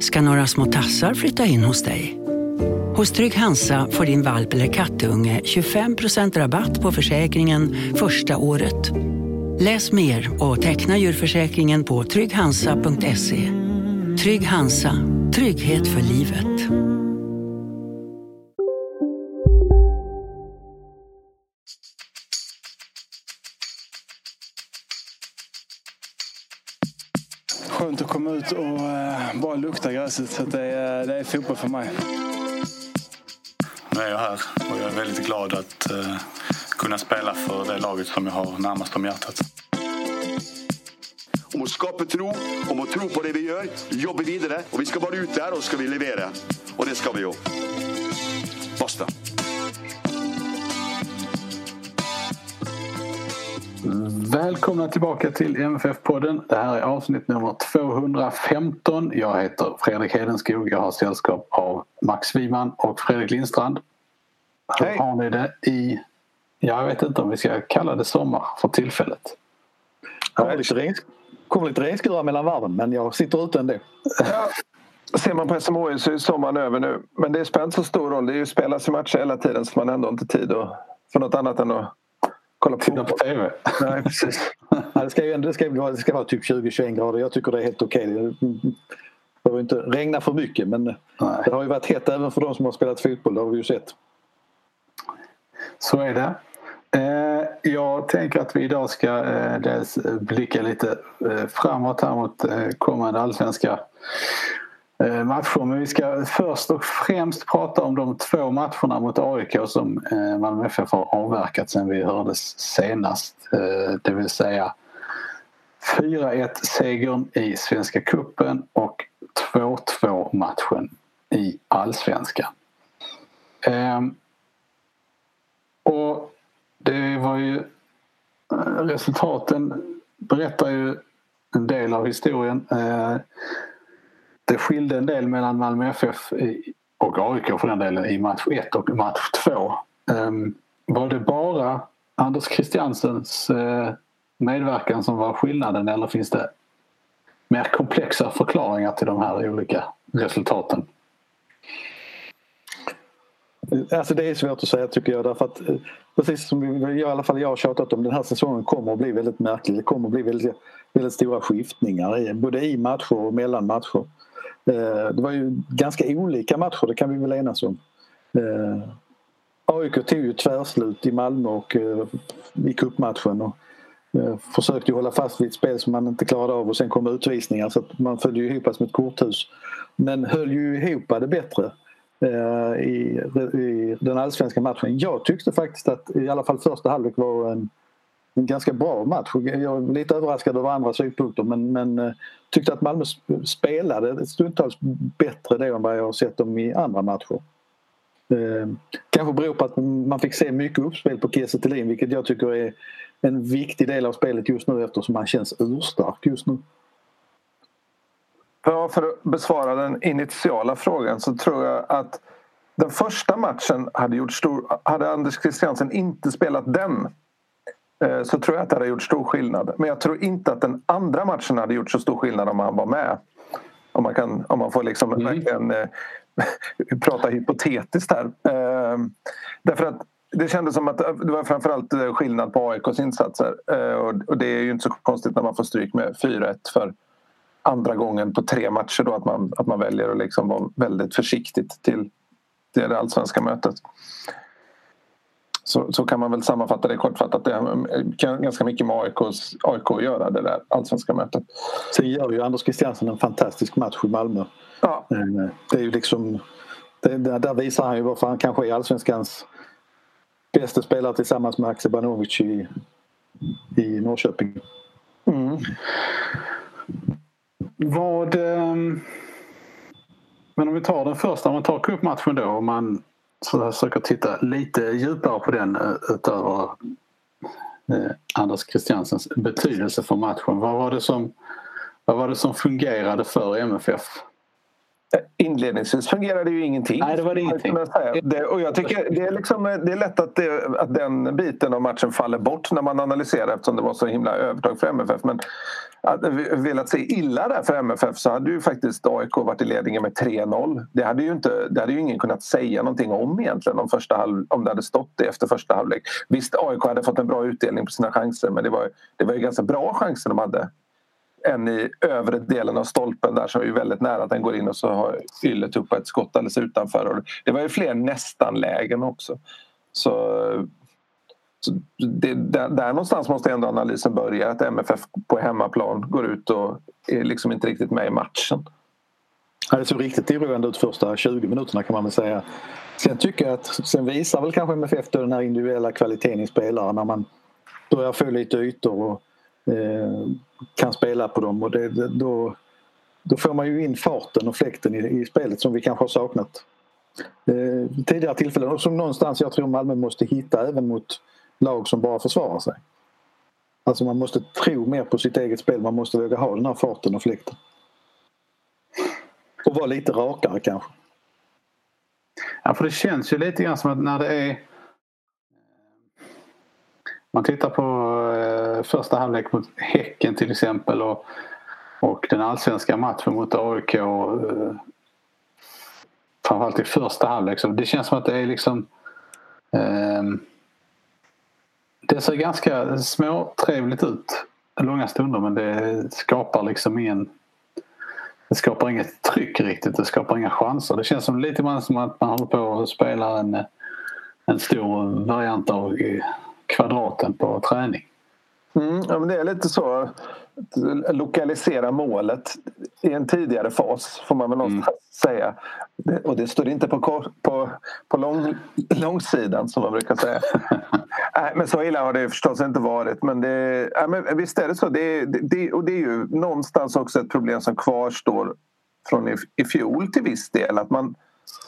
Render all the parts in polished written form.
Ska några små tassar flytta in hos dig? Hos Trygg Hansa får din valp eller kattunge 25% rabatt på försäkringen första året. Läs mer och teckna djurförsäkringen på trygghansa.se. Trygg Hansa, trygghet för livet. Skönt att komma ut och bara lukta gräset, så att det är fotboll för mig. Nu är jag här och jag är väldigt glad att kunna spela för det laget som jag har närmast om hjärtat. Om att skapa tro, om att tro på det vi gör, jobba vidare, och vi ska vara ute här och ska vi leverera. Och det ska vi ju. Basta. Välkomna tillbaka till MFF-podden. Det här är avsnitt nummer 215. Jag heter Fredrik Hedenskog. Jag har sällskap av Max Wiman och Fredrik Lindstrand. Hur har ni det i... Jag vet inte om vi ska kalla det sommar för tillfället. Kommer lite regnskurar mellan varven, men jag sitter ute ändå. Ja. Ser man på SMHI så är sommaren över nu. Men det spelar inte så stor roll. Det är ju spelas i matcher hela tiden, så man ändå inte tid för något annat än att kolla på TV. Nej, precis. Det ska vara typ 20-21 grader. Jag tycker det är helt okej. Det behöver inte regna för mycket, men det har ju varit hett även för de som har spelat fotboll. Det har vi ju sett. Så är det. Jag tänker att vi idag ska dels blicka lite framåt här mot kommande allsvenska matcher. Men vi ska först och främst prata om de 2 matcherna mot AIK som Malmö FF har avverkat sedan vi hördes senast. Det vill säga 4-1-segern i Svenska cupen och 2-2-matchen i Allsvenskan. Och det var ju resultaten berättar ju en del av historien. Det skilde en del mellan Malmö FF och AIK för den delen i match 1 och match 2. Var det bara Anders Christiansens medverkan som var skillnaden, eller finns det mer komplexa förklaringar till de här olika resultaten? Alltså det är svårt att säga, tycker jag, därför att precis som i alla fall jag har tjatat om, den här säsongen kommer att bli väldigt märklig. Det kommer att bli väldigt, väldigt stora skiftningar både i matcher och mellan matcher. Det var ju ganska olika matcher, det kan vi väl enas om. AIK tog ju tvärslut i Malmö och i cupmatchen och försökte ju hålla fast vid ett spel som man inte klarade av, och sen kom utvisningar, så att man följde ju ihop som ett korthus. Men höll ju ihop det bättre i den allsvenska matchen. Jag tyckte faktiskt att i alla fall första halvlek var en ganska bra match. Jag var lite överraskad över andra synpunkter, men tyckte att Malmö spelade stundtals bättre då än vad jag har sett dem i andra matcher. Kanske beror på att man fick se mycket uppspel på Kiese Thelin, vilket jag tycker är en viktig del av spelet just nu, eftersom han känns urstark just nu. Ja, för att besvara den initiala frågan så tror jag att den första matchen hade Anders Christiansen inte spelat den, så tror jag att det hade gjort stor skillnad. Men jag tror inte att den andra matchen hade gjort så stor skillnad om han var med. Om man får liksom verkligen prata hypotetiskt här. Därför att det kändes som att det var framförallt skillnad på AIKs insatser. Och det är ju inte så konstigt när man får stryk med 4-1 för andra gången på 3 matcher då, att man väljer att liksom vara väldigt försiktigt till det allsvenska mötet. Så kan man väl sammanfatta det kortfattat. Det kan ganska mycket med AIK att göra, det där allsvenska mötet. Sen gör ju Anders Christiansen en fantastisk match i Malmö. Ja. Det är ju liksom där visar han ju varför han kanske är allsvenskans bästa spelare tillsammans med Axel Banovic i Norrköping. Men om vi tar den första, om man tar cupmatchen då, och man försöker titta lite djupare på den utöver Anders Christiansens betydelse för matchen. Vad var det som fungerade för MFF? inledningsvis fungerade ju ingenting. Nej, det var det ingenting. Och jag tycker det är lätt att den biten av matchen faller bort när man analyserar, eftersom det var så himla övertag för MFF. Men velat se illa där för MFF, så hade ju faktiskt AIK varit i ledningen med 3-0. Det hade ju ingen kunnat säga någonting om egentligen om det hade stått det efter första halvlek. Visst, AIK hade fått en bra utdelning på sina chanser, men det var ju ganska bra chanser de hade. En i övre delen av stolpen där, som är ju väldigt nära att den går in, och så har Yllet upp ett skott alldeles utanför. Och det var ju fler nästan-lägen också. Så där någonstans måste ändå analysen börja, att MFF på hemmaplan går ut och är liksom inte riktigt med i matchen. Ja, det såg riktigt oroande ut första 20 minuterna, kan man väl säga. Sen tycker jag att sen visar väl kanske MFF då den här individuella kvaliteten i spelare, när man börjar få lite ytor och kan spela på dem, och då får man ju in farten och fläkten i spelet som vi kanske har saknat tidigare tillfällen, och som någonstans jag tror Malmö måste hitta även mot lag som bara försvarar sig. Alltså man måste tro mer på sitt eget spel, man måste våga ha den här farten och fläkten och vara lite rakare kanske. Ja, för det känns ju lite grann som att när det är, man tittar på första halvlek mot Häcken till exempel, och den allsvenska matchen mot AIK, framförallt i första halvlek, så det känns som att det är liksom det ser ganska småtrevligt ut långa stunder, men det skapar liksom det skapar inget tryck riktigt, det skapar inga chanser. Det känns som lite grann som att man håller på att spela en stor variant av kvadraten på träning. Ja, men det är lite så. Lokalisera målet i en tidigare fas, får man väl någonstans säga. Och det står inte på långsidan, som man brukar säga. Nej, men så illa har det förstås inte varit. Men, men visst är det så. Och det är ju någonstans också ett problem som kvarstår från i fjol till viss del. Att man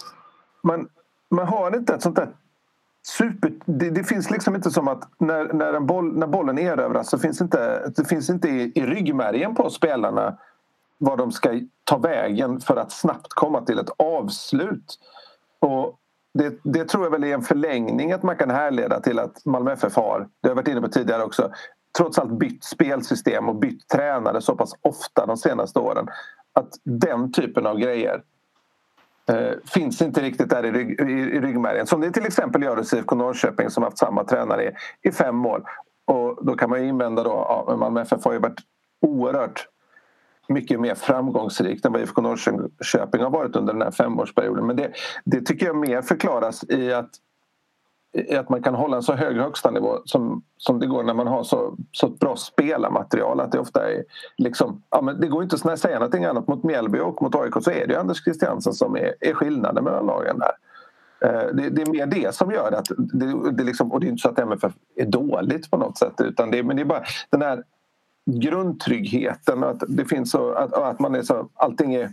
har inte ett sånt där det finns liksom inte som att när bollen erövras, så det finns inte i ryggmärgen på spelarna vad de ska ta vägen för att snabbt komma till ett avslut. Och det tror jag väl är en förlängning att man kan härleda till att Malmö FF har, det har jag varit inne på tidigare också, trots allt bytt spelsystem och bytt tränare så pass ofta de senaste åren, att den typen av grejer finns inte riktigt där i ryggmärgen. Som det till exempel gör hos IFK Norrköping, som haft samma tränare i 5 år. Och då kan man ju invända då, Malmö FF har ju varit oerhört mycket mer framgångsrikt än vad IFK Norrköping har varit under den här 5-årsperioden. Men det tycker jag mer förklaras i att man kan hålla en så hög högsta nivå som det går när man har så bra spelarmaterial, att det ofta är liksom, ja, men det går inte att säga någonting annat. Mot Mjällby och mot AIK så är det Anders Christiansen som är skillnaden mellan lagen där. Det är mer det som gör att det liksom, och det är inte så att MFF är dåligt på något sätt, utan men det är bara den här grundtryggheten, att det finns så att man är så, allting är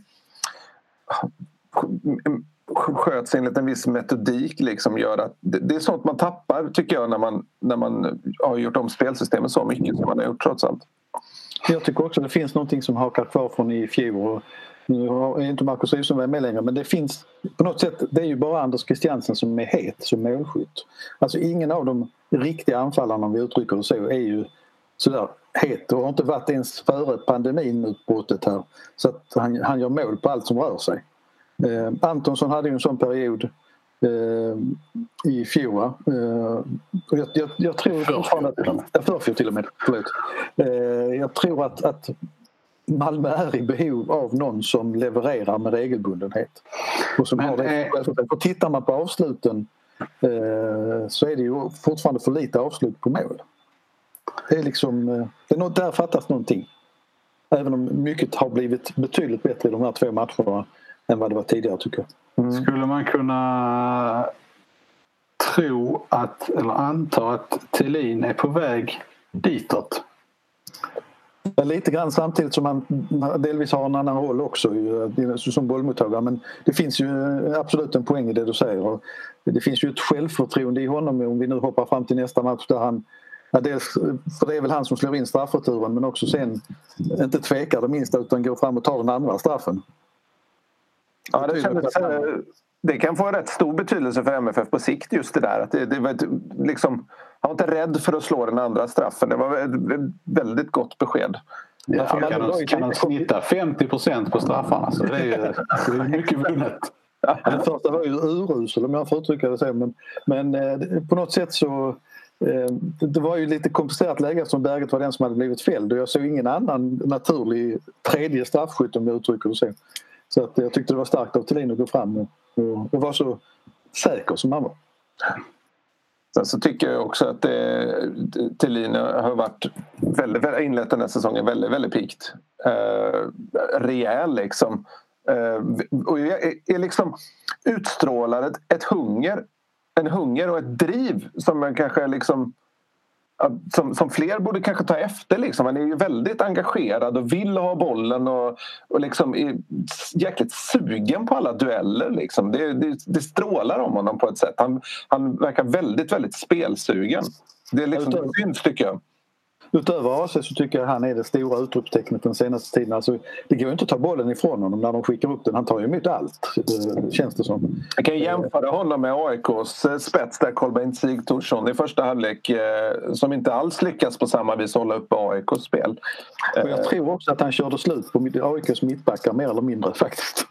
sköts enligt en viss metodik, liksom gör att det är sånt man tappar, tycker jag, när man har gjort om spelsystemet så mycket som man har gjort trots allt. Jag tycker också att det finns någonting som hakar kvar från i fjol. Nu är inte Marcus Rosenberg med längre, men det finns på något sätt, det är ju bara Anders Christiansen som är het som målskytt. Alltså ingen av de riktiga anfallarna, om vi uttrycker det så, är ju sådär het och har inte varit ens före pandeminutbrottet här. Så att han gör mål på allt som rör sig. Antonsson hade ju en sån period i fjol. Jag tror fortfarande till och med. Jag tror att Malmö är i behov av någon som levererar med regelbundenhet. Och som har det. Och tittar man på avsluten så är det ju fortfarande för lite avslut på mål. Det är liksom, det är något, där fattas någonting. Även om mycket har blivit betydligt bättre i de här 2 matcherna än vad det var tidigare, tycker jag. Skulle man kunna tro eller anta att Thelin är på väg ditåt? Lite grann, samtidigt som han delvis har en annan roll också som bollmottagare, men det finns ju absolut en poäng i det du säger. Och det finns ju ett självförtroende i honom, om vi nu hoppar fram till nästa match där han, dels, för det är väl han som slår in straffreturen, men också sen inte tvekar det minsta utan går fram och tar den andra straffen. Ja, det kan få rätt stor betydelse för MFF på sikt, just det där. Att det var liksom, han var inte rädd för att slå den andra straffen. Det var ett väldigt gott besked. Ja, kan de snitta 50% på straffarna, så det är mycket vunnet. Den första var ju urusel, om jag får uttrycka det så. Men på något sätt så det var ju lite komplicerat läge som Berget var den som hade blivit fälld. Och jag såg ingen annan naturlig tredje straffskytt, om jag uttrycker det så. Så att jag tyckte det var starkt av Thelin att gå fram och vara så säker som han var. Sen så tycker jag också att Thelin har varit väldigt inlett den här säsongen väldigt, väldigt pikt. Rejäl liksom. Och är liksom utstrålar en hunger och ett driv som man kanske liksom som fler borde kanske ta efter liksom. Han är ju väldigt engagerad och vill ha bollen och liksom är jäkligt sugen på alla dueller liksom. Det strålar om honom på ett sätt. Han verkar väldigt, väldigt spelsugen. Det är liksom syns, tycker jag. Utöver AC så tycker jag han är det stora utropstecknet den senaste tiden. Alltså, det går ju inte att ta bollen ifrån honom när de skickar upp den. Han tar ju emot allt, känns det som. Jag kan jämföra honom med AIKs spets där, Kolbeinn Sigthorsson i första halvlek, som inte alls lyckas på samma vis hålla upp AIKs spel. Och jag tror också att han körde slut på AIKs mittbackar mer eller mindre faktiskt.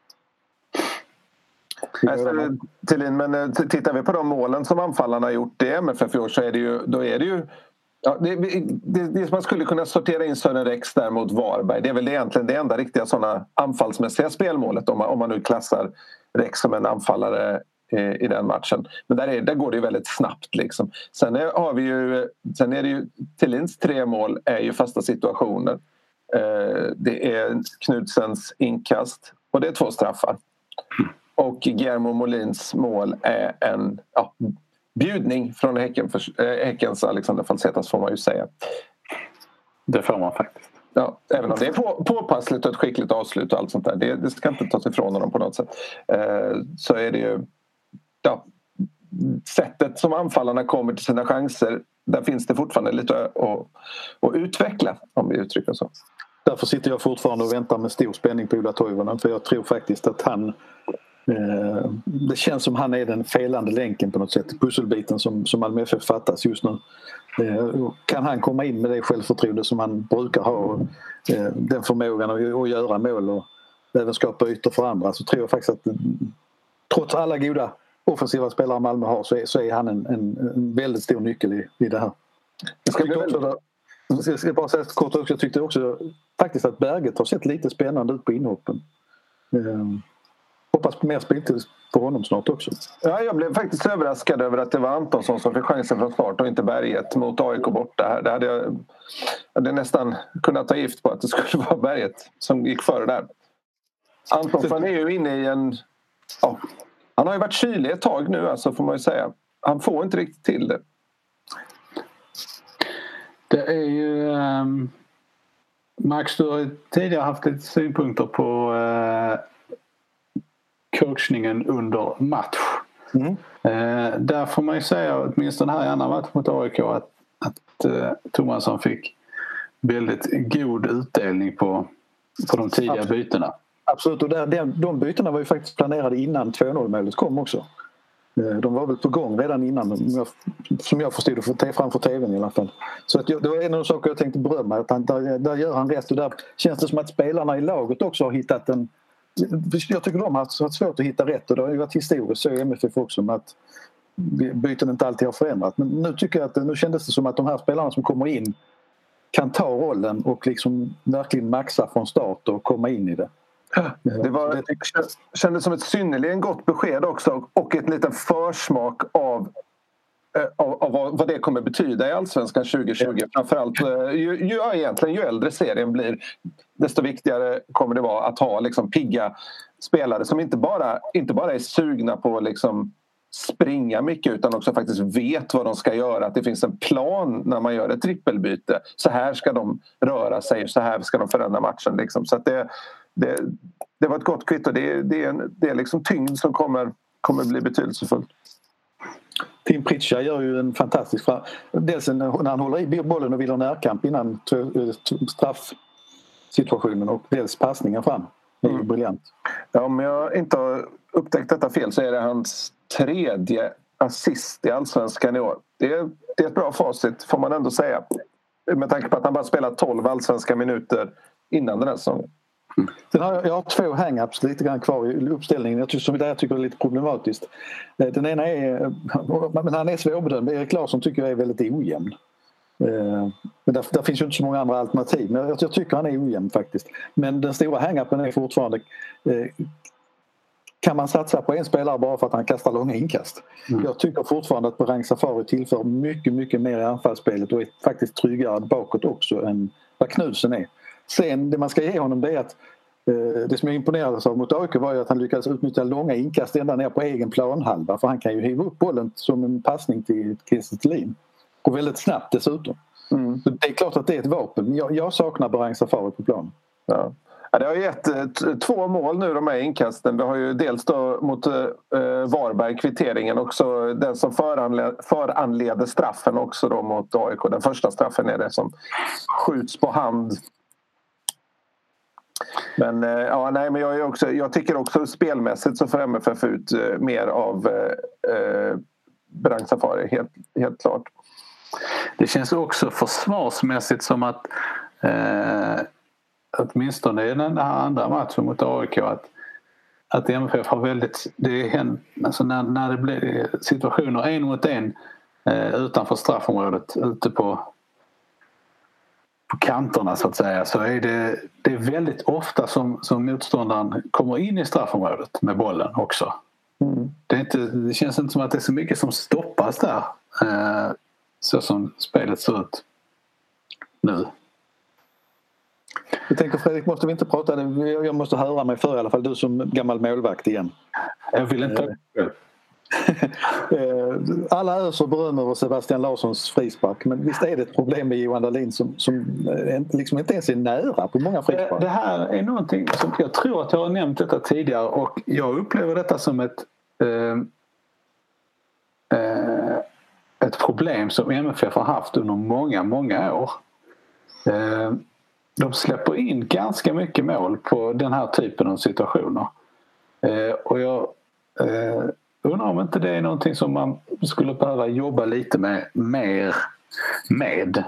Thelin, men tittar vi på de målen som anfallarna har gjort i MFF i år, så är det ju ja, det man skulle kunna sortera in Sören Rex där mot Varberg. Det är väl egentligen det enda riktiga sådana anfallsmässiga spelmålet, om man nu klassar Rex som en anfallare i den matchen. Men där går det ju väldigt snabbt liksom. Sen är det ju Thelins 3 mål är ju fasta situationer. Det är Knudsens inkast och det är 2 straffar. Och Guillermo Molins mål är en bjudning från Häckens Alexander Falsetas, får man ju säga. Det får man faktiskt. Ja, även om det är påpassligt och ett skickligt avslut och allt sånt där. Det ska inte tas ifrån honom på något sätt. Så är det ju sättet som anfallarna kommer till sina chanser. Där finns det fortfarande lite att utveckla, om vi uttrycker så. Därför sitter jag fortfarande och väntar med stor spänning på Ola Toivonen, för jag tror faktiskt att han det känns som han är den felande länken på något sätt, pusselbiten som Malmö FF fattas just nu. Kan han komma in med det självförtroende som han brukar ha och den förmågan att göra mål och även skapa ytor för andra, så tror jag faktiskt att trots alla goda offensiva spelare Malmö har, så är han en väldigt stor nyckel i det här. Jag ska bara säga kort också, jag tyckte också faktiskt att Berget har sett lite spännande ut på inhoppen. Hoppas på mer speltid på honom snart också. Ja, jag blev faktiskt överraskad över att det var Antonsson som fick chansen från start och inte Berget mot AIK borta. Det hade jag nästan kunnat ta gift på att det skulle vara Berget som gick före där. Antonsson är ju inne i en... Ja, han har ju varit kylig ett tag nu, alltså, får man ju säga. Han får inte riktigt till det. Det är ju... Max, du har tidigare haft lite synpunkter på coachningen under match. Där får man ju säga, åtminstone här i andra match mot AIK, att Tomasson fick väldigt god utdelning på de tidiga bytena. Absolut, och de bytena var ju faktiskt planerade innan 2-0-målet kom också. De var väl på gång redan innan, som jag förstod det framför tvn i alla fall. Så att det var en av de saker jag tänkte berömma, att där gör han rätt, och där känns det som att spelarna i laget också har hittat jag tycker de har haft svårt att hitta rätt, och det har ju varit historiskt så i MFF också, med att byten inte alltid har förändrat. Men nu tycker jag att nu kändes det som att de här spelarna som kommer in kan ta rollen och liksom verkligen maxa från start och komma in i det. Det kändes som ett synnerligen gott besked också, och ett liten försmak av vad det kommer betyda i Allsvenskan 2020. Framförallt ju äldre serien blir, desto viktigare kommer det vara att ha liksom pigga spelare som inte bara är sugna på liksom springa mycket, utan också faktiskt vet vad de ska göra, att det finns en plan när man gör ett trippelbyte. Så här ska de röra sig, så här ska de förändra matchen liksom. Så att det var ett gott kvitto. Det är liksom tyngd som kommer bli betydelsefullt. Tim Pritcha gör ju en fantastisk dels när han håller i bollen och vill ha närkamp innan straffsituationen, och dels passningen fram. Det är ju briljant. Om jag inte har upptäckt detta fel så är det hans 3:e assist i Allsvenskan i år. Det är ett bra facit får man ändå säga. Med tanke på att han bara spelat 12 allsvenska minuter innan den här säsongen. Jag har 2 hang-ups lite grann kvar i uppställningen. Jag tycker det är lite problematiskt. Den ena är, men han är svårbedömd. Erik Larsson tycker jag är väldigt ojämn. Men där finns ju inte så många andra alternativ. Men jag tycker han är ojämn faktiskt. Men den stora hang-upen är fortfarande kan man satsa på en spelare bara för att han kastar långa inkast? Jag tycker fortfarande att Berang Safari tillför mycket, mycket mer i anfallsspelet och är faktiskt tryggare bakåt också än vad Knudsen är. Sen det man ska ge honom det är att det som jag imponerades av mot AIK var ju att han lyckades utnyttja långa inkast ända ner på egen planhalva, för han kan ju hiva upp bollen som en passning till Kiese Thelin och väldigt snabbt dessutom. Så det är klart att det är ett vapen. Jag saknar Berang Safari på planen. Ja. Ja, det har gett 2 mål nu de här inkasten. Vi har ju dels då mot Varberg kvitteringen också, den som föranleder straffen också då mot AIK. Den första straffen är det som skjuts på hand. Men men jag tycker också spelmässigt så får MFF ut mer av Berang Safari, helt klart. Det känns också försvarsmässigt som att åtminstone i den här andra matchen mot AIK att MFF har väldigt, alltså när det blir situationer 1 mot 1 utanför straffområdet ute på kanterna så att säga, så är det är väldigt ofta som motståndaren kommer in i straffområdet med bollen också. Det känns inte som att det är så mycket som stoppas där så som spelet ser ut nu. Jag tänker Fredrik, måste vi inte prata, jag måste höra mig för i alla fall, du som gammal målvakt igen. Jag vill inte. Alla öser beröm över Sebastian Larssons frispark, men visst är det ett problem med Johan Dahlin som liksom inte ens är nära på många frispark. Det här är någonting som jag tror att jag har nämnt detta tidigare, och jag upplever detta som ett problem som MFF har haft under många, många år. De släpper in ganska mycket mål på den här typen av situationer. Och jag undrar om inte det är någonting som man skulle behöva jobba lite mer med.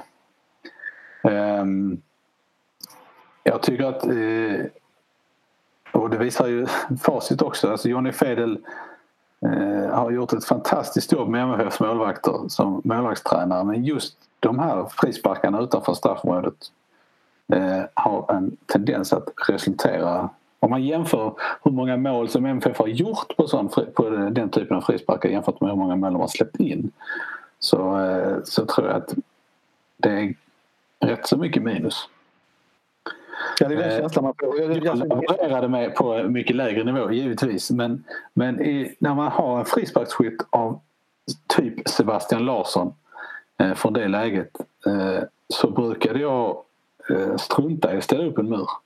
Jag tycker att och det visar ju facit också, alltså Johnny Fedel har gjort ett fantastiskt jobb med MFFs målvakter som målvaktstränare, men just de här frisparkarna utanför straffområdet har en tendens att resultera, om man jämför hur många mål som MFF har gjort på den typen av frisparkar jämfört med hur många mål de har släppt in, så tror jag att det är rätt så mycket minus. Ja, det är den känslan man får. Jag laborerade med på mycket lägre nivå givetvis, men när man har en frisparksskytt av typ Sebastian Larsson från det läget, så brukade jag strunta i att ställa upp en mur.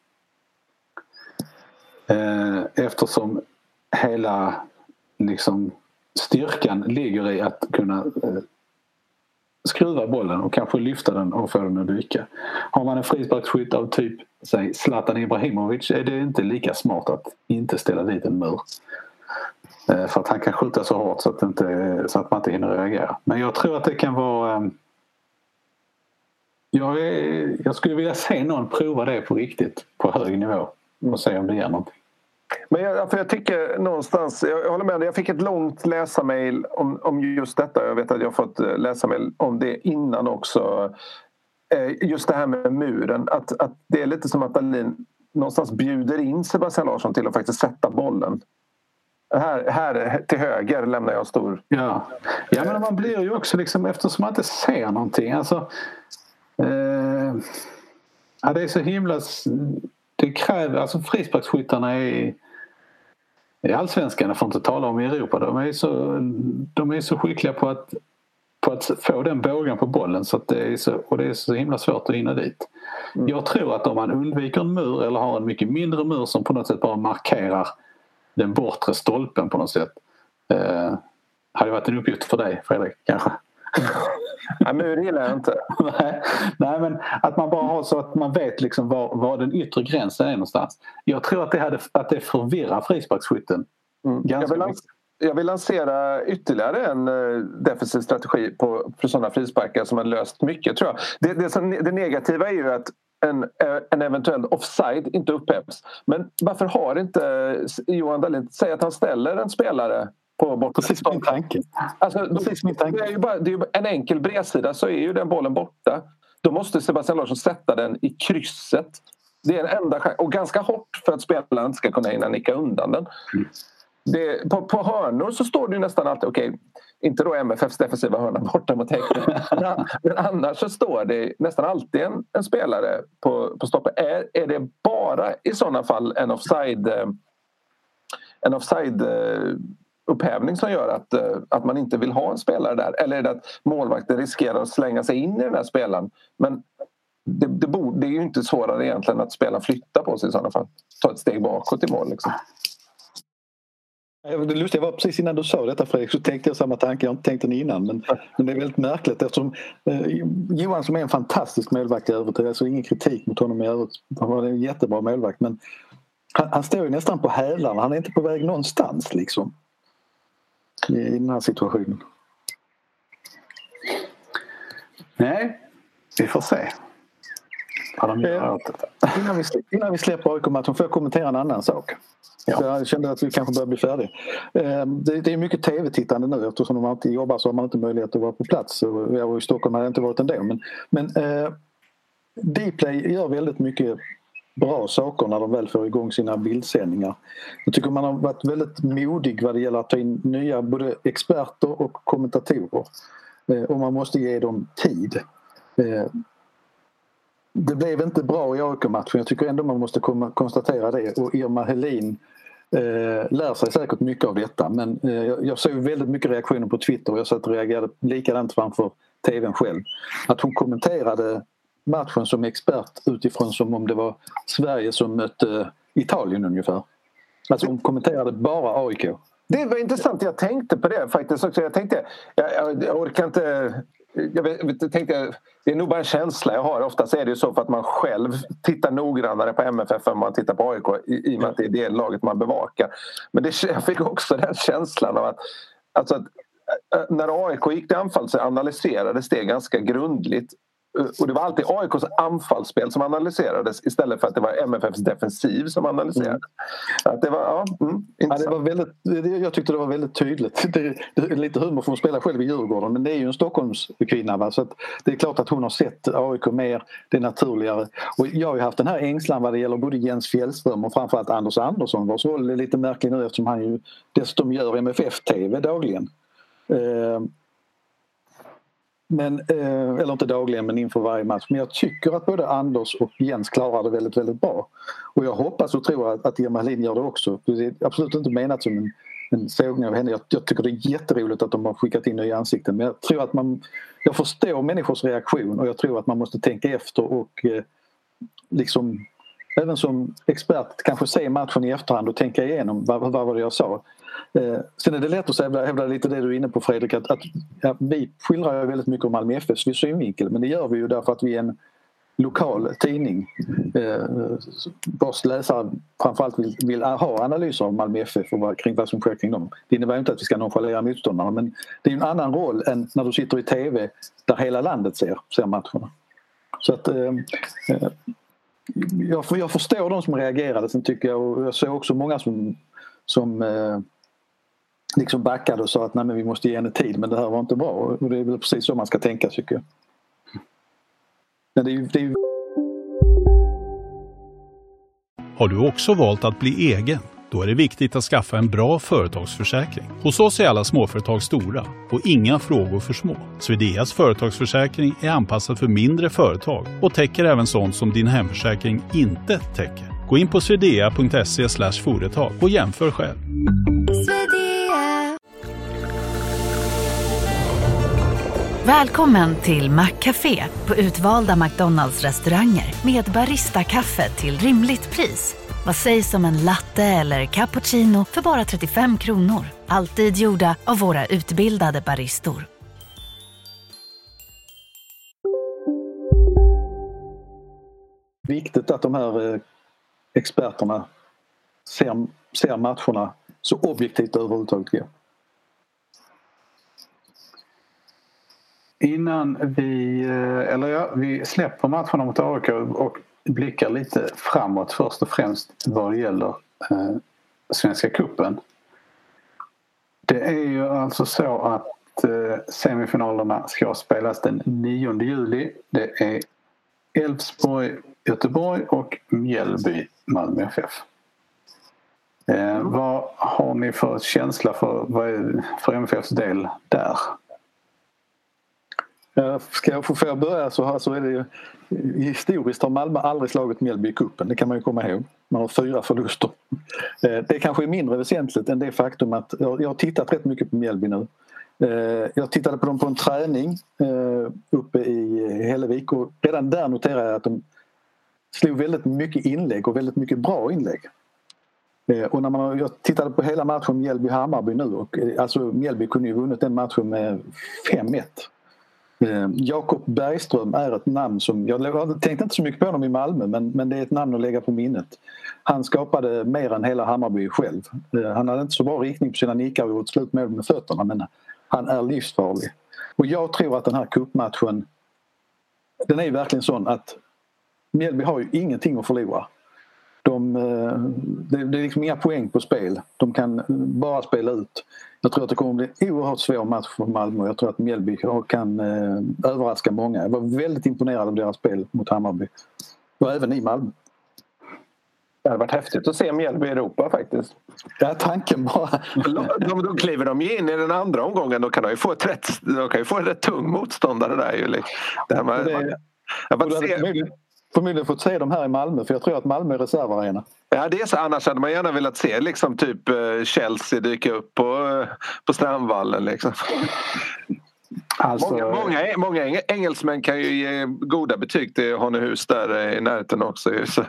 Eftersom hela liksom styrkan ligger i att kunna skruva bollen och kanske lyfta den och få den att dyka. Har man en frisparksskytt av typ säg Zlatan Ibrahimovic, är det inte lika smart att inte ställa dit en mur. För att han kan skjuta så hårt så att man inte hinner reagera. Men jag tror att det kan vara jag skulle vilja se någon prova det på riktigt på hög nivå och se om det ger någonting. Men jag tycker någonstans, jag håller med dig, jag fick ett långt läsarmail om just detta. Jag vet att jag har fått läsarmail om det innan också. Just det här med muren, att det är lite som att Dahlin någonstans bjuder in Sebastian Larsson till att faktiskt sätta bollen. Här till höger lämnar jag stor. Ja, men man blir ju också liksom, eftersom man inte ser någonting, alltså det är så himla, det kräver, alltså frisparksskyttarna i allsvenskan, får inte tala om i Europa, de är så skickliga på att få den bågen på bollen, så att det är så himla svårt att hinna dit. Jag tror att om man undviker en mur eller har en mycket mindre mur som på något sätt bara markerar den bortre stolpen på något sätt, hade varit en uppgift för dig, Fredrik, kanske. Nej, men det gillar jag inte. Nej, men att man bara har så att man vet liksom var den yttre gränsen är någonstans. Jag tror att det förvirrar frisparksskytten. Jag vill lansera ytterligare en defensiv strategi för sådana frisparkar som har löst mycket, tror jag. Det negativa är ju att en eventuell offside inte upphävs. Men varför har inte Johan Dahlin säger att han ställer en spelare på bort? Precis min tanke. Alltså, det är ju en enkel bredsida, så är ju den bollen borta. Då måste Sebastian Larsson sätta den i krysset. Det är en enda chans, och ganska hårt för att spelaren ska kunna hinna nicka undan den. På hörnor så står det ju nästan alltid, okej, inte då MFFs defensiva hörna borta mot Häcken, men annars så står det nästan alltid en spelare på stoppet. Är det bara i sådana fall en offside upphävning som gör att man inte vill ha en spelare där, eller är det att målvakten riskerar att slänga sig in i den här spelaren? Men det är ju inte svårare egentligen att spela flytta på sig i sådana fall, ta ett steg bakåt i mål liksom. Det lustiga var precis innan du sa detta, Fredrik, så tänkte jag samma tanke. Jag har inte tänkt den innan, men det är väldigt märkligt eftersom Johan, som är en fantastisk målvakt i övrigt, alltså ingen kritik mot honom i övrigt, han var en jättebra målvakt, men han står ju nästan på hälarna, han är inte på väg någonstans liksom i den här situationen. Nej, vi får se. Innan vi släpper AIK-matchen får jag kommentera en annan sak. Ja. Jag kände att vi kanske börjar bli färdiga. Det är mycket tv-tittande nu, eftersom de alltid jobbar så har man inte möjlighet att vara på plats. Och i Stockholm har det inte varit ändå. Men Dplay gör väldigt mycket bra saker när de väl får igång sina bildsändningar. Jag tycker man har varit väldigt modig vad det gäller att ta in nya både experter och kommentatorer. Och man måste ge dem tid. Det blev inte bra i AIK-matchen. Jag tycker ändå man måste konstatera det. Och Irma Helin lär sig säkert mycket av detta. Men jag såg väldigt mycket reaktioner på Twitter och jag satt och reagerade likadant framför tvn själv. Att hon kommenterade matchen som expert utifrån som om det var Sverige som mötte Italien ungefär. Alltså hon kommenterade bara AIK. Det var intressant, jag tänkte på det faktiskt också. Jag tänkte, jag orkar inte... Jag tänkte, det är nog bara en känsla jag har. Oftast är det ju så för att man själv tittar noggrannare på MFF än man tittar på AIK i och med att det är det laget man bevakar. Men jag fick också den känslan av att när AIK gick till anfall så analyserades det ganska grundligt. Och det var alltid AIKs anfallsspel som analyserades istället för att det var MFFs defensiv som analyserades. Att det var, det var väldigt, jag tyckte det var väldigt tydligt. Det är lite humor för att spela själv i Djurgården, men det är ju en Stockholmskvinna. Va? Så att det är klart att hon har sett AIK mer, det är naturligare. Och jag har ju haft den här ängslan vad det gäller både Jens Fjällström och framförallt Anders Andersson. Vars roll är lite märklig nu eftersom han ju dessutom gör MFF-TV dagligen. Men, eller inte dagligen men inför varje match. Men jag tycker att både Anders och Jens klarar det väldigt, väldigt bra. Och jag hoppas och tror att Irma Helin gör det också. Det är absolut inte menat som en sågning av henne. Jag tycker det är jätteroligt att de har skickat in nya ansikten. Men jag tror att jag förstår människors reaktion och jag tror att man måste tänka efter och liksom även som expert kanske se matchen i efterhand och tänka igenom vad var det jag sa. Sen är det lätt att hävda lite det du är inne på, Fredrik, att vi skildrar ju väldigt mycket om Malmö FFs synvinkel, men det gör vi ju därför att vi är en lokal tidning vars läsare framförallt vill ha analyser av Malmö FF och kring vad som sker kring dem. Det innebär inte att vi ska nonchalera motståndarna, men det är en annan roll än när du sitter i tv där hela landet ser matcherna. Så att jag förstår de som reagerade, sen tycker jag, och jag såg också många som liksom backade och sa att nej, men vi måste ge henne tid, men det här var inte bra, och det är väl precis så man ska tänka, tycker jag. Men det är ju... Har du också valt att bli egen? Då är det viktigt att skaffa en bra företagsförsäkring. Hos oss är alla småföretag stora och inga frågor för små. Swedeas företagsförsäkring är anpassad för mindre företag och täcker även sånt som din hemförsäkring inte täcker. Gå in på swedea.se/företag och jämför själv. Välkommen till McCafé på utvalda McDonalds-restauranger med barista-kaffe till rimligt pris. Vad sägs om en latte eller cappuccino för bara 35 kronor? Alltid gjorda av våra utbildade baristor. viktigt att de här experterna ser matcherna så objektivt överhuvudtaget går. Innan vi släpper matcherna mot AIK och blickar lite framåt först och främst vad det gäller Svenska cupen. Det är ju alltså så att semifinalerna ska spelas den 9 juli. Det är Elfsborg, Göteborg och Mjällby, Malmö FF. Vad har ni för känsla för MFFs del där? Ska jag börja så är det ju, historiskt har Malmö aldrig slagit Mjällby i kuppen. Det kan man ju komma ihåg. Man har 4 förluster. Det kanske är mindre väsentligt än det faktum att jag har tittat rätt mycket på Mjällby nu. Jag tittade på dem på en träning uppe i Hällevik och redan där noterade jag att de slog väldigt mycket inlägg och väldigt mycket bra inlägg. Och jag tittade på hela matchen Mjällby-Hammarby nu och alltså Mjällby kunde ju vunnit den matchen med 5-1. Jakob Bergström är ett namn som jag tänkte inte så mycket på honom i Malmö men det är ett namn att lägga på minnet. Han skapade mer än hela Hammarby själv. Han hade inte så bra riktning på sina nickar och gjort slut med fötterna men han är livsfarlig. Och jag tror att den här cupmatchen den är verkligen sån att Mjällby har ju ingenting att förlora. Det är liksom inga poäng på spel. De kan bara spela ut. Jag tror att det kommer bli en oerhört svår match för Malmö. Jag tror att Mjällby kan överraska många. Jag var väldigt imponerad av deras spel mot Hammarby. Och även i Malmö. Det har varit häftigt att se Mjällby i Europa faktiskt. Ja, tanken bara. Då kliver de in i den andra omgången. Då kan de ju få en rätt tung motståndare där ju. Förmodligen fått se dem här i Malmö för jag tror att Malmö är reservarena. Ja, det är så. Annars hade man gärna velat se liksom typ Chelsea dyka upp på Strandvallen liksom. Alltså, många engelsmän kan ju ge goda betyg till Honnehus där i närheten också. Så.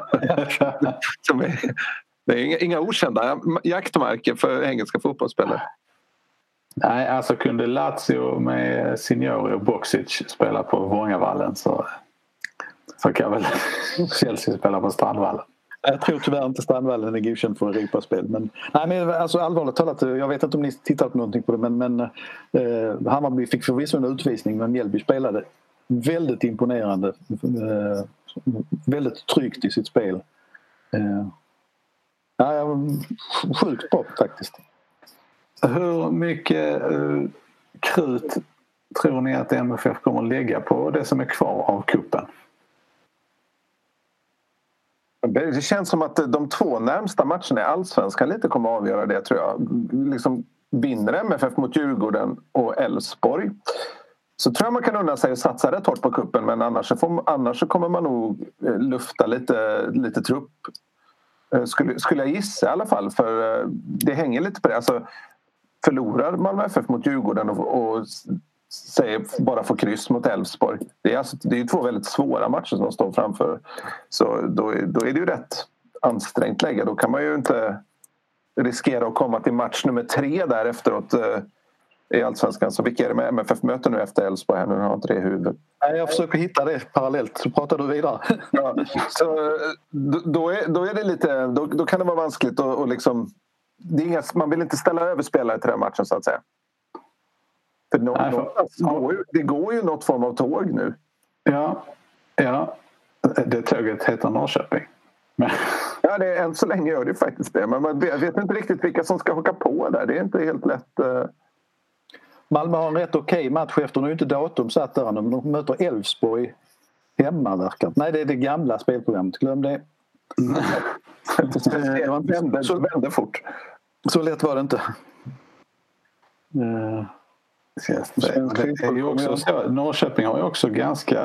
Det är inga okända jaktmarker för engelska fotbollsspelare. Nej, alltså kunde Lazio med Signori och Boksic spela på Vångavallen så kan väl Chelsea spela på Strandvallen. Jag tror tyvärr inte Strandvallen är godkänd för Europaspel. Men alltså allvarligt talat, jag vet inte om ni tittat på någonting på det men Hammarby fick förvisso en utvisning men Mjällby spelade väldigt imponerande. Väldigt tryggt i sitt spel. Sjukt bra faktiskt. Hur mycket krut tror ni att MFF kommer att lägga på det som är kvar av kuppen? Det känns som att de 2 närmsta matcherna i Allsvenskan lite kommer att avgöra det tror jag. Liksom vinner MFF mot Djurgården och Elfsborg så tror jag man kan unna sig att satsa rätt hårt på kuppen men annars så kommer man nog lufta lite trupp. Skulle jag gissa i alla fall för det hänger lite på det. Alltså, förlorar Malmö FF mot Djurgården och säger bara få kryss mot Elfsborg. Det är ju 2 väldigt svåra matcher som står framför. Så då är det ju rätt ansträngt läge. Då kan man ju inte riskera att komma till match nummer 3 där efteråt i Allsvenskan. Så vilka är det med MFF möter nu efter Elfsborg här? Nu har jag inte det i huvudet. Nej, jag försöker hitta det parallellt så pratar du vidare. Ja, så då är det lite då kan det vara vanskligt och liksom man vill inte ställa över spelare till den matchen så att säga. För det går ju något form av tåg nu. Ja. Det tåget heter Norrköping. Ja, än så länge gör det faktiskt det. Men man vet inte riktigt vilka som ska hocka på där. Det är inte helt lätt. Malmö har en rätt okej match efter. Nu är inte datum satt där. De möter Elfsborg hemma verkar. Nej, det är det gamla spelprogrammet. Glöm det. Så vände fort. Så lätt var det inte. Det är ju också så, Norrköping har ju också ganska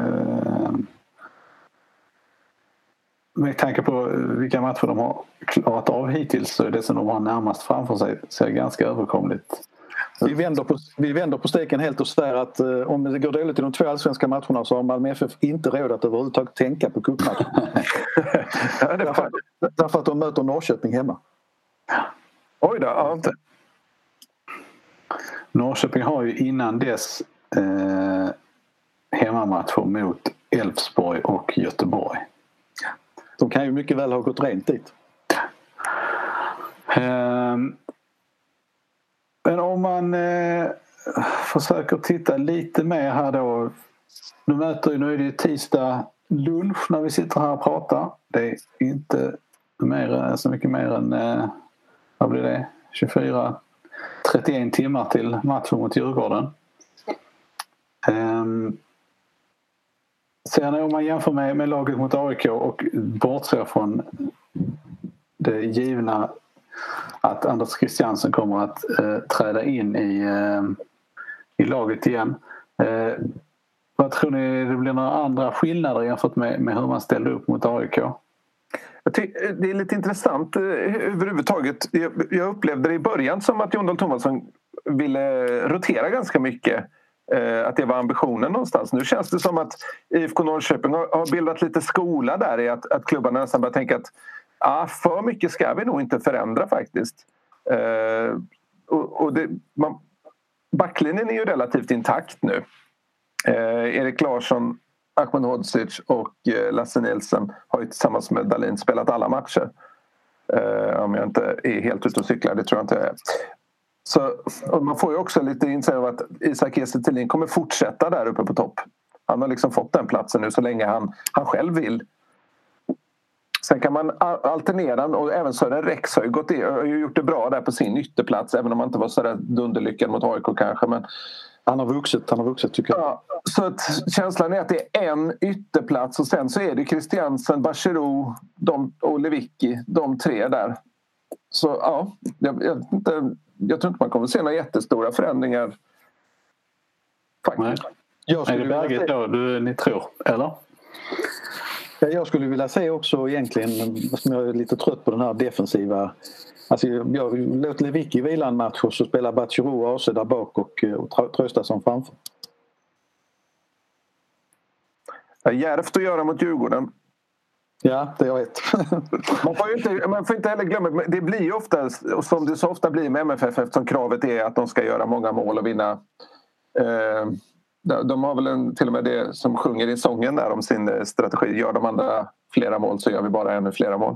med tanke på vilka matcher de har klarat av hittills så är det som de har närmast framför sig ser ganska överkomligt. Vi vänder på steken helt och svär att om det går dåligt i de 2 allsvenska matcherna så har Malmö FF inte råd att överhuvudtaget tänka på cupmatchen. Därför att de möter Norrköping hemma. Oj då, ja, inte. Norrköping har ju innan dess hemmamatcher mot Elfsborg och Göteborg. De kan ju mycket väl ha gått rent dit. Men om man försöker titta lite mer här då. Nu är det tisdag lunch när vi sitter här och pratar. Det är inte så mycket mer än vad blir det? 24-31 timmar till matchen mot Djurgården. Sen om man jämför med laget mot AIK och bortser från det givna att Anders Christiansen kommer att träda in i laget igen. Vad tror ni det blir några andra skillnader jämfört med hur man ställde upp mot AIK? Det är lite intressant överhuvudtaget. Jag upplevde det i början som att Jon Dahl Tomasson ville rotera ganska mycket. Att det var ambitionen någonstans. Nu känns det som att IFK Norrköping har bildat lite skola där i att klubbarna nästan börjar tänka att för mycket ska vi nog inte förändra faktiskt. Backlinjen är ju relativt intakt nu. Erik Larsson, Ahmedhodzic och Lasse Nilsson har ju tillsammans med Dahlin spelat alla matcher. Om jag inte är helt ute och cyklar, det tror jag inte jag är. Så man får ju också lite insikt av att Isak Kiese Thelin kommer fortsätta där uppe på topp. Han har liksom fått den platsen nu så länge han själv vill. Sen kan man alternera, och även Sören Rex har ju gjort det bra där på sin ytterplats, även om han inte var så där dunderlyckad mot AIK kanske, men han har vuxit tycker jag. Ja, så att känslan är att det är en ytterplats och sen så är det Christiansen, Bachirou och Lewicki, de tre där. Så ja, jag tror inte man kommer att se några jättestora förändringar. Faktiskt. Är det Berget då ni tror, eller? Jag skulle vilja se också egentligen, som jag är lite trött på den här defensiva. Alltså jag låter Lewicki vila en match och så spelar Bachirou och AC där bak och Traustason framför. Järvt att göra mot Djurgården. Ja, det jag vet. Man får inte heller glömma, det blir ju ofta, som det så ofta blir med MFF, eftersom kravet är att de ska göra många mål och vinna. De har väl till och med det som sjunger i sången där om sin strategi. Gör de andra flera mål så gör vi bara ännu flera mål.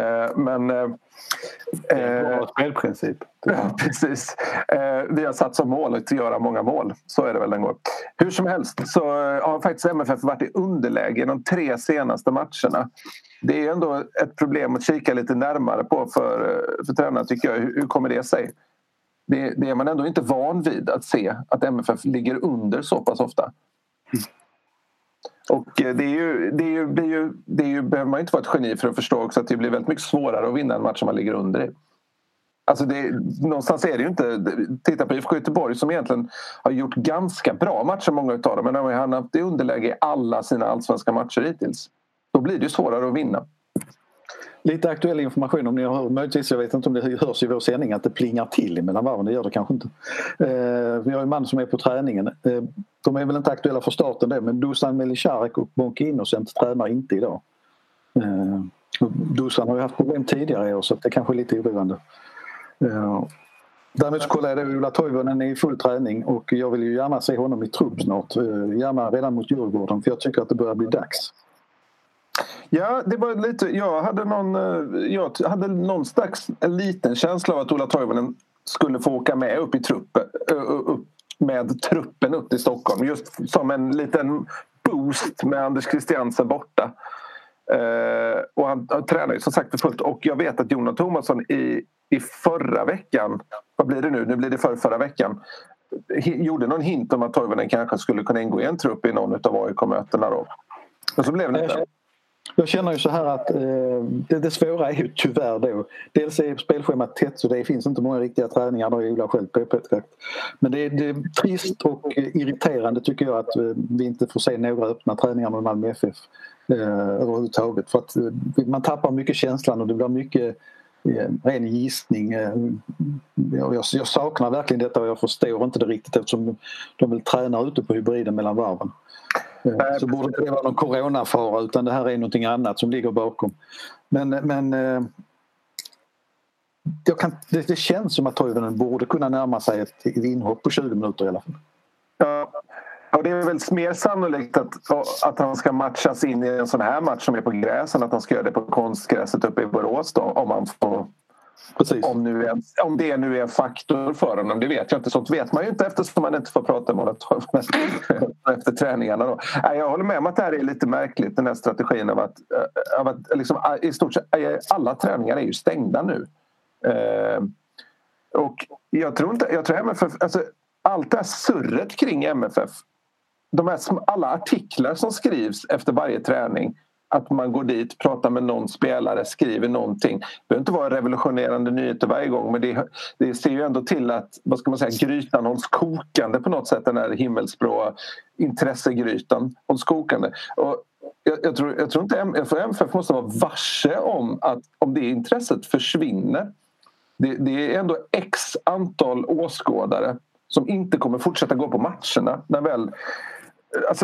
Det är en bra spelprincip. Precis. Vi har satt som mål att göra många mål. Så är det väl den går. Hur som helst så har faktiskt MFF varit i underläge de 3 senaste matcherna. Det är ändå ett problem att kika lite närmare på för tränarna tycker jag. Hur kommer det sig? Det är man ändå inte van vid att se att MFF ligger under så pass ofta. Och behöver man inte vara ett geni för att förstå också att det blir väldigt mycket svårare att vinna en match som man ligger under i. Alltså någonstans är det ju inte... Titta på IFK Göteborg som egentligen har gjort ganska bra matcher, många utav dem, men de har hamnat i underläge i alla sina allsvenska matcher hittills. Då blir det ju svårare att vinna. Lite aktuell information om ni har hört, möjligtvis, jag vet inte om det hörs i vår sändning att det plingar till mellan varven, det gör det kanske inte. Vi har en man som är på träningen. De är väl inte aktuella för starten det, men Dusan Melicharek och Bonke Innocent tränar inte idag. Dusan har ju haft problem tidigare i år så det kanske är lite oroande. Däremot så kollar jag det, Ola Toivonen är i full träning och jag vill ju gärna se honom i trupp snart. Gärna redan mot Djurgården för jag tycker att det börjar bli dags. Ja, det var lite... Jag hade någon slags en liten känsla av att Ola Toivonen skulle få åka med upp i truppen, med truppen upp till Stockholm. Just som en liten boost med Anders Christiansen borta. Och han tränar ju som sagt för fullt. Och jag vet att Jon Tomasson i förra veckan, vad blir det nu? Nu blir det förra veckan. Gjorde någon hint om att Toivonen kanske skulle kunna ingå i en trupp i någon av AIK-mötena då. Och så blev det inte. Jag känner ju så här att det svåra är ju tyvärr då. Dels är spelschemat tätt så det finns inte många riktiga träningar. Det har Ola själv påpekat. Men det är trist och irriterande tycker jag att vi inte får se några öppna träningar med Malmö FF överhuvudtaget. För att man tappar mycket känslan och det blir mycket ren gissning. Jag saknar verkligen detta och jag förstår inte det riktigt eftersom de vill träna ute på hybriden mellan varven. Så borde det vara någon coronafara utan det här är någonting annat som ligger bakom. Men det känns som att Toivonen borde kunna närma sig ett inhopp på 20 minuter i alla fall. Ja, Och det är väl mer sannolikt att han ska matchas in i en sån här match som är på gräs än att han ska göra det på konstgräset uppe i Borås då, om man får... Precis. Om det nu är en faktor för honom, det vet jag inte. Sånt vet man ju inte eftersom man inte får prata med honom efter träningarna. Då. Jag håller med om att det här är lite märkligt, den här strategin av att liksom, i stort sett alla träningar är ju stängda nu. Och jag tror MFF, alltså, allt det här surret kring MFF, alla artiklar som skrivs efter varje träning, att man går dit, pratar med någon spelare, skriver någonting. Det behöver inte vara revolutionerande nyheter varje gång, men det ser ju ändå till att, vad ska man säga, grytan hålls kokande på något sätt, den här himmelsblå intressegrytan hålls kokande. Och jag tror inte MFF måste vara varse om det intresset försvinner. Det är ändå x antal åskådare som inte kommer fortsätta gå på matcherna när väl... Alltså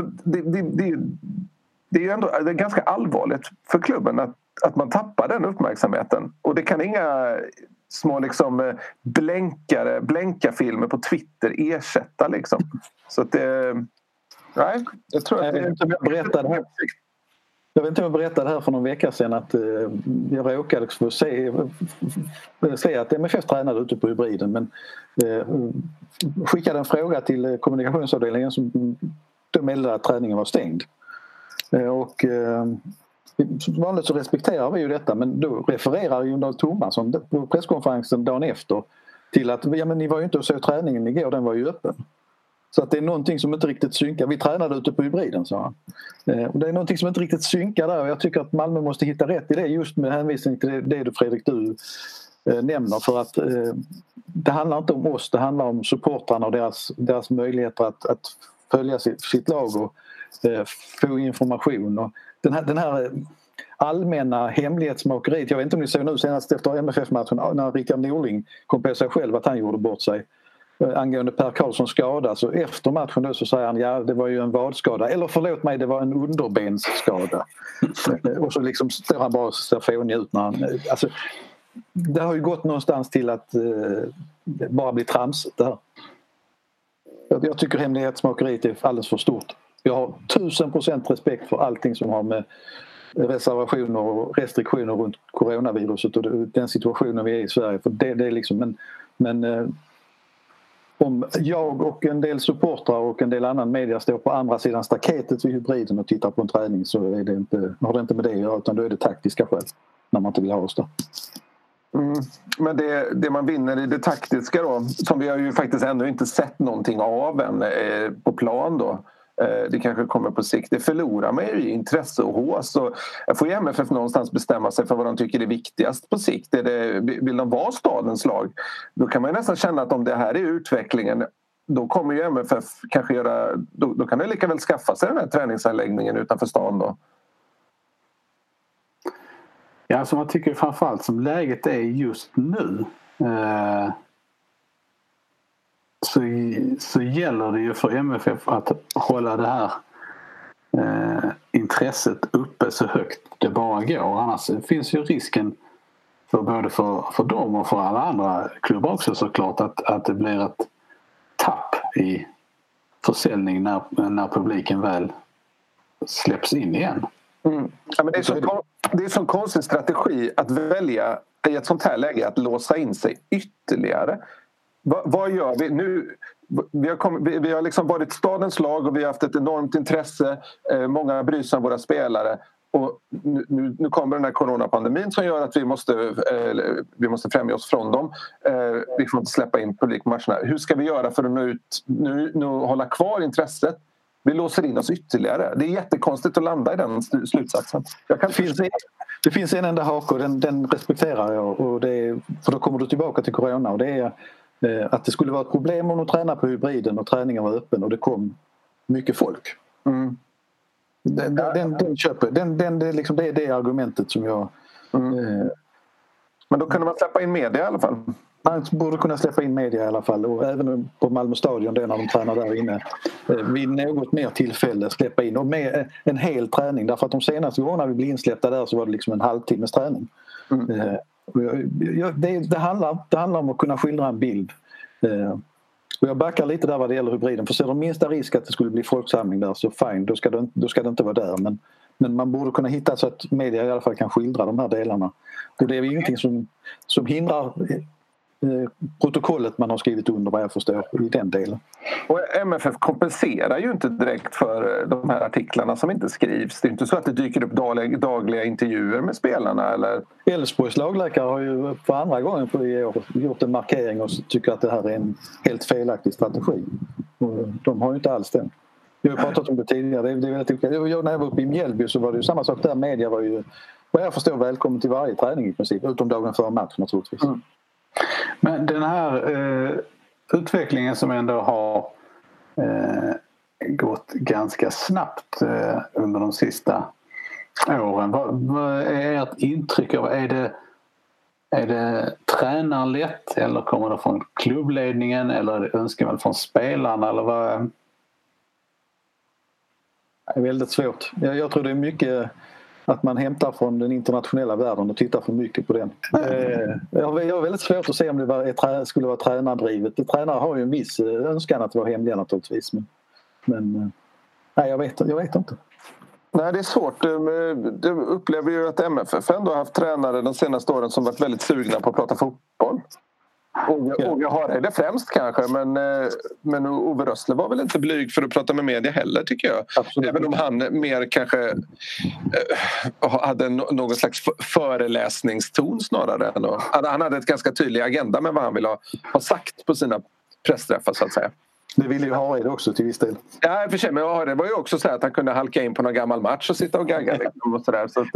det är ganska allvarligt för klubben att man tappar den uppmärksamheten. Och det kan inga små liksom blänkafilmer på Twitter ersätta liksom. Så att nej, jag tror att det är... Jag vet inte om jag berättade här för någon vecka sedan att jag råkade få se att MFF tränade ute på hybriden, men skickade en fråga till kommunikationsavdelningen som då meddelade att träningen var stängd. Och vanligt så respekterar vi ju detta, men då refererar ju Dahl Tomasson på presskonferensen dagen efter till att men ni var ju inte och så träningen igår, den var ju öppen. Så att det är någonting som inte riktigt synkar. Vi tränade ute på hybriden, sa han. Och det är någonting som inte riktigt synkar där, och jag tycker att Malmö måste hitta rätt i det, just med hänvisning till det du, Fredrik, du nämner, för att det handlar inte om oss, det handlar om supportrarna och deras möjligheter att följa sitt lag och få information. Och den här allmänna hemlighetsmakeriet, jag vet inte om ni såg nu senast efter MFF-matchen när Rickard Norling kom på sig själv att han gjorde bort sig angående Per Karlssons skada, så efter matchen då så säger han det var ju en vadskada, eller förlåt mig, det var en underbensskada. Och så liksom står han bara och ser fånig ut när han, alltså, det har ju gått någonstans till att bara bli tramsigt det här. Jag tycker hemlighetsmakeriet är alldeles för stort. Jag har 1000% respekt för allting som har med reservationer och restriktioner runt coronaviruset och den situationen vi är i Sverige. För det är liksom, men om jag och en del supportrar och en del annan media står på andra sidan staketet vid hybriden och tittar på en träning, så har det inte med det att göra, utan då är det taktiska skäl när man inte vill ha oss där. Men det man vinner i det taktiska då, som vi har ju faktiskt ännu inte sett någonting av än på plan då, det kanske kommer på sikt, det förlorar man ju i intresse och hås, och jag får ju MFF någonstans bestämma sig för vad de tycker är viktigast på sikt. Vill de vara stadens lag, då kan man ju nästan känna att om det här är utvecklingen, då kommer ju MFF kanske då kan det lika väl skaffa sig den här träningsanläggningen utanför stan då. Ja, alltså man tycker framförallt som läget är just nu så gäller det ju för MFF att hålla det här intresset uppe så högt det bara går. Annars finns ju risken för både för dem och för alla andra klubbar också såklart att det blir ett tapp i försäljning när publiken väl släpps in igen. Ja, men det är en sån konstig strategi att välja i ett sånt här läge att låsa in sig ytterligare. Vad gör vi nu? Vi har liksom varit stadens lag och vi har haft ett enormt intresse. Många bryr sig om våra spelare. Och nu kommer den här coronapandemin som gör att vi måste främja oss från dem. Vi får inte släppa in publik på matcherna. Hur ska vi göra för att nu hålla kvar intresset? Vi låser in oss ytterligare. Det är jättekonstigt att landa i den slutsatsen. Det finns en enda hake och den respekterar jag. Och för då kommer du tillbaka till corona. Och det är att det skulle vara ett problem om de tränar på hybriden och träningen var öppen och det kom mycket folk. Den köper. Det är det argumentet som jag... Men då kunde man släppa in media i alla fall. Man borde kunna släppa in media i alla fall, och även på Malmö stadion när de tränar där inne vid något mer tillfälle släppa in, och med en hel träning, därför att de senaste gångerna vi blev insläppta där så var det liksom en halvtimmes träning. Det handlar om att kunna skildra en bild. Och jag backar lite där vad det gäller hybriden. För ser de minsta risk att det skulle bli folksamling där så fine, då ska det inte vara där. Men man borde kunna hitta så att media i alla fall kan skildra de här delarna. Och det är ingenting som hindrar protokollet man har skrivit under, vad jag förstår, i den delen. Och MFF kompenserar ju inte direkt för de här artiklarna som inte skrivs. Det är inte så att det dyker upp dagliga intervjuer med spelarna. Eller... Elfsborgs lagläkare har ju för andra gången på i år gjort en markering och tycker att det här är en helt felaktig strategi. Och de har ju inte alls den. Jag har pratat om det tidigare. Det är väldigt olika. När jag var uppe i Mjällby så var det ju samma sak där. Media var ju, vad jag förstår, välkommen till varje träning i princip. Utom dagen före match naturligtvis. Mm. Men den här utvecklingen som ändå har gått ganska snabbt under de sista åren. Vad är ert intryck av? Är det tränarlätt eller kommer det från klubbledningen eller är det önskemål från spelarna eller vad? Det är väldigt svårt. Jag tror det är mycket att man hämtar från den internationella världen och tittar för mycket på den. Jag har väldigt svårt att se om det skulle vara tränardrivet. Tränare har ju en viss önskan att vara hemliga naturligtvis. Men nej, jag vet inte. Nej, det är svårt. Du upplever ju att MFF ändå har haft tränare de senaste åren som varit väldigt sugna på att prata fotboll. Åge Hareide främst kanske, men Ove Rössle var väl inte blyg för att prata med media heller, tycker jag. Absolut. Även om han mer kanske hade någon slags föreläsningston snarare. Han hade ett ganska tydlig agenda med vad han ville ha sagt på sina pressträffar, så att säga. Det ville ju Hareide också till viss del. Ja, för sig, men Hareide var ju också så att han kunde halka in på någon gammal match och sitta och gagga liksom, och sådär, så att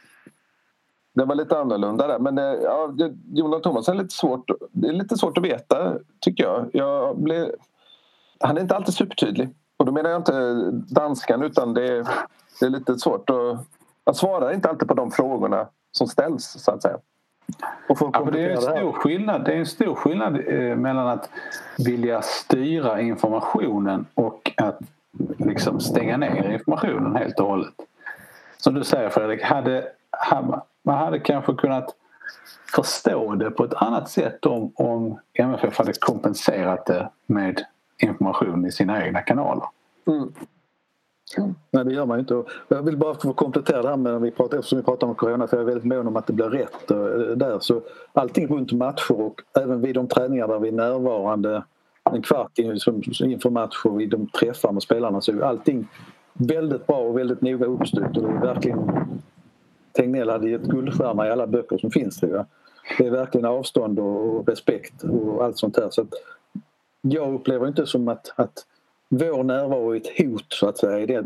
det var lite annorlunda där. Men Jonas Thomasson är lite svårt. Det är lite svårt att veta, tycker jag. Han är inte alltid supertydlig. Och då menar jag inte danskan, utan det är lite svårt. Han svarar inte alltid på de frågorna som ställs, så att säga. Det är en stor skillnad mellan att vilja styra informationen och att liksom stänga ner informationen helt och hållet. Som du säger, Fredrik, man hade kanske kunnat förstå det på ett annat sätt om MFF hade kompenserat det med information i sina egna kanaler. Mm. Nej, det gör man ju inte. Jag vill bara få komplettera det här med eftersom vi pratar om corona, för jag är väldigt mån om att det blir rätt där. Så allting runt matcher och även vid de träningar där vi är närvarande en kvart inför matcher och vid de träffar med spelarna, så är allting väldigt bra och väldigt noga uppstyrt, och det är verkligen Tegnell hade gett guldstjärna i alla böcker som finns, tror jag. Det är verkligen avstånd och respekt och allt sånt här. Så att jag upplever inte som att vår närvaro är ett hot, så att säga.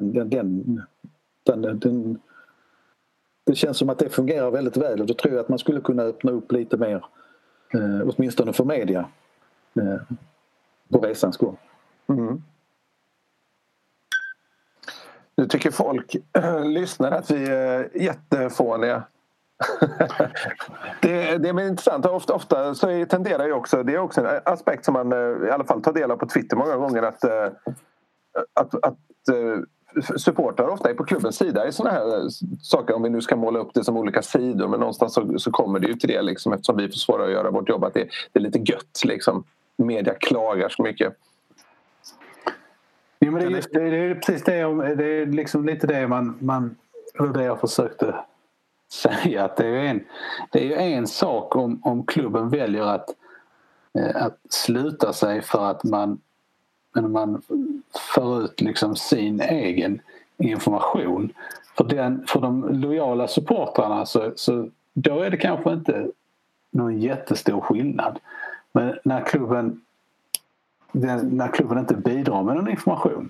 Det känns som att det fungerar väldigt väl, och då tror jag att man skulle kunna öppna upp lite mer, åtminstone för media, på resans gång. Mm. Nu tycker folk lyssnar att vi är jättefåniga. det är intressant. Ofta så tenderar ju också, det är också en aspekt som man i alla fall tar del av på Twitter många gånger, att supportrar ofta är på klubbens sida i såna här saker, om vi nu ska måla upp det som olika sidor, men någonstans så kommer det ju till det liksom, eftersom vi får svåra att göra vårt jobb, att det är lite gött liksom. Media klagar så mycket. Ja, men det är precis det, det är liksom lite det det jag försökte säga, att det är ju en sak om klubben väljer att sluta sig för att man för ut liksom sin egen information för de lojala supportrarna, så då är det kanske inte någon jättestor skillnad. Men när klubben inte bidrar med någon information,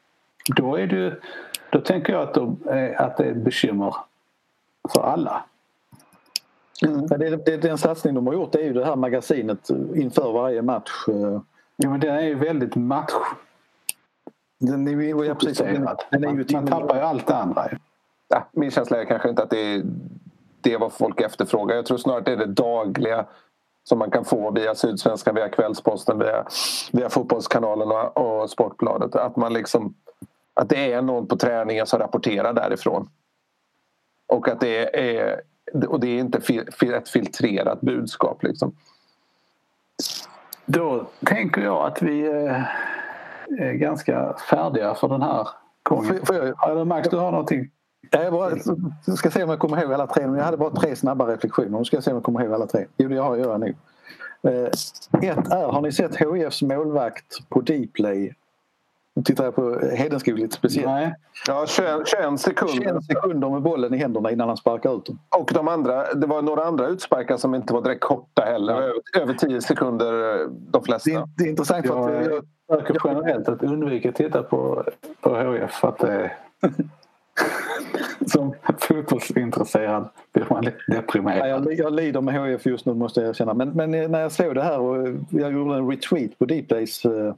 då tänker jag att det är ett bekymmer för alla. Mm. Den satsning de har gjort är ju det här magasinet inför varje match. Ja, men den är ju väldigt match. Den är ju precis, man tappar ju allt det andra. Ja, min känsla är kanske inte att det är vad folk efterfrågar. Jag tror snarare att det är det dagliga som man kan få via Sydsvenskan, via Kvällsposten, via Fotbollskanalerna och Sportbladet. Att det är någon på träningen som rapporterar därifrån. Och att det är inte ett filtrerat budskap liksom. Då tänker jag att vi är ganska färdiga för den här gången. Eller Max, du har någonting? Jag ska se om jag kommer ihåg alla 3. Jag hade bara 3 snabba reflektioner. Nu ska jag se om jag kommer ihåg alla 3. Jo, det har jag nu. Har ni sett HIFs målvakt på Dplay? Nu tittar jag på Hedenskog lite speciellt. Nej. Ja, 21 sekunder. 21 sekunder med bollen i händerna innan han sparkar ut den. Och det var några andra utsparkar som inte var direkt korta heller. Över 10 sekunder de flesta. Det är intressant för att jag försöker generellt att undvika att titta på HIF för att som fotbollsintresserad blir man lite deprimerad. Jag lider med HIF just nu, måste jag erkänna. Men när jag såg det här och jag gjorde en retweet på Dplays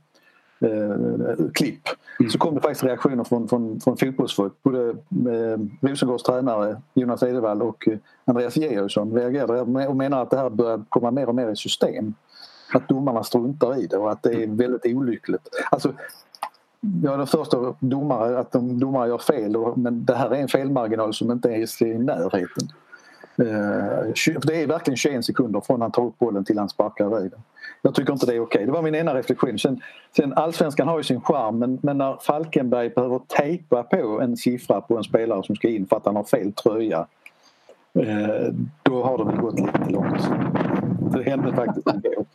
klipp så kom det faktiskt reaktioner från fotbollsfolk. Både Rosengårds tränare Jonas Edevall och Andreas Georgsson reagerade och menar att det här börjar komma mer och mer i system. Att domarna struntar i det och att det är väldigt olyckligt. Alltså, jag är den första domare att domare gör fel, men det här är en felmarginal som inte är i närheten. Det är verkligen 21 sekunder från han tar upp bollen till han sparkar i den. Jag tycker inte det är okej. Det var min ena reflektion. Sen Allsvenskan har ju sin charm, men när Falkenberg behöver tejpa på en siffra på en spelare som ska in för att han har fel tröja, då har det väl gått lite långt. Det hände faktiskt en del.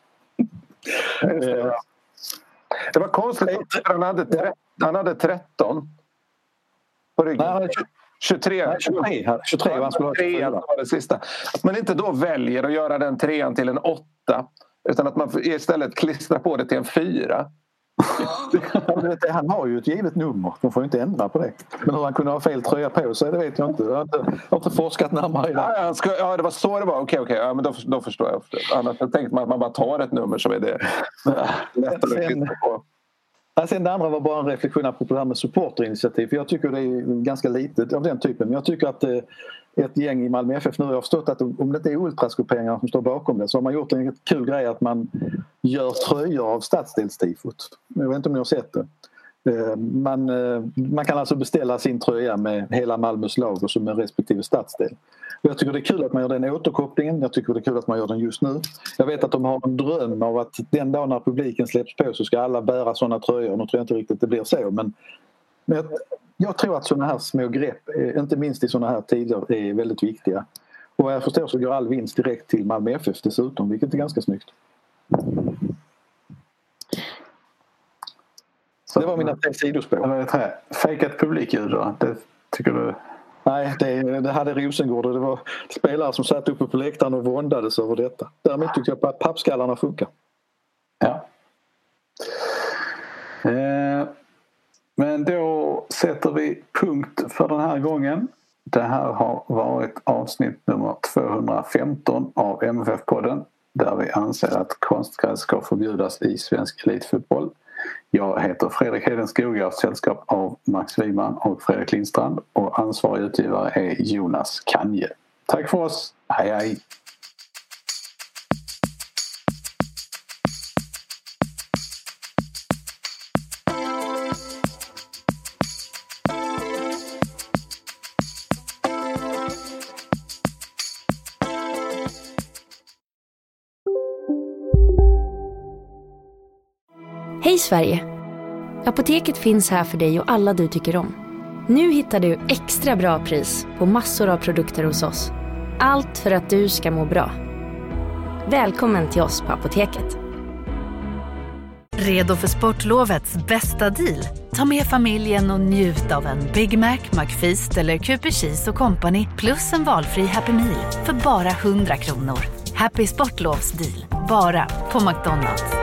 Det var konstigt att han hade 13 på ryggen. Nej, 23 han skulle ha 23 var det sista. Att man inte då väljer att göra den 3 till en 8 utan att man istället klistrar på det till en 4. Han har ju ett givet nummer. De får ju inte ändra på det. Men hur han kunde ha fel tröja på sig, det vet jag inte. Jag har inte forskat närmare i det. Ja, det var så det var. Okej. Ja, men då förstår jag. Annars tänkte man att man bara tar ett nummer så är det lättare att klistra på. Sen det andra var bara en reflektion på det här med supporterinitiativ. För jag tycker det är ganska litet av den typen. Men jag tycker att ett gäng i Malmö FF nu har förstått att om det inte är ultrasgrupperingar som står bakom det så har man gjort en kul grej att man gör tröjor av stadsdelstifot. Jag vet inte om ni har sett det. Man kan alltså beställa sin tröja med hela Malmös lag och så med respektive stadsdel. Jag tycker det är kul att man gör den återkopplingen. Jag tycker det är kul att man gör den just nu. Jag vet att de har en dröm av att den dag när publiken släpps på så ska alla bära sådana tröjor. Nu tror jag inte riktigt att det blir så. Men jag tror att sådana här små grepp, inte minst i sådana här tider, är väldigt viktiga. Och jag förstår så går all vinst direkt till Malmö FF dessutom, vilket är ganska snyggt. Så det var mina 3 sidospår. Fejkat publikljud då? Det tycker du? Nej, det hade Rosengård och det var spelare som satt uppe på läktaren och våndades över detta. Däremot tyckte jag att pappskallarna funkar. Ja. Men då sätter vi punkt för den här gången. Det här har varit avsnitt nummer 215 av MFF-podden där vi anser att konstgräs ska förbjudas i svensk elitfotboll. Jag heter Fredrik Hedenskog, jag har sällskap av Max Wiman och Fredrik Lindstrand och ansvarig utgivare är Jonas Kanje. Tack för oss, hej hej! Hej Sverige! Apoteket finns här för dig och alla du tycker om. Nu hittar du extra bra pris på massor av produkter hos oss. Allt för att du ska må bra. Välkommen till oss på Apoteket. Redo för sportlovets bästa deal? Ta med familjen och njut av en Big Mac, McFeast eller Cooper Cheese och Company plus en valfri Happy Meal för bara 100 kronor. Happy Sportlovs deal, bara på McDonald's.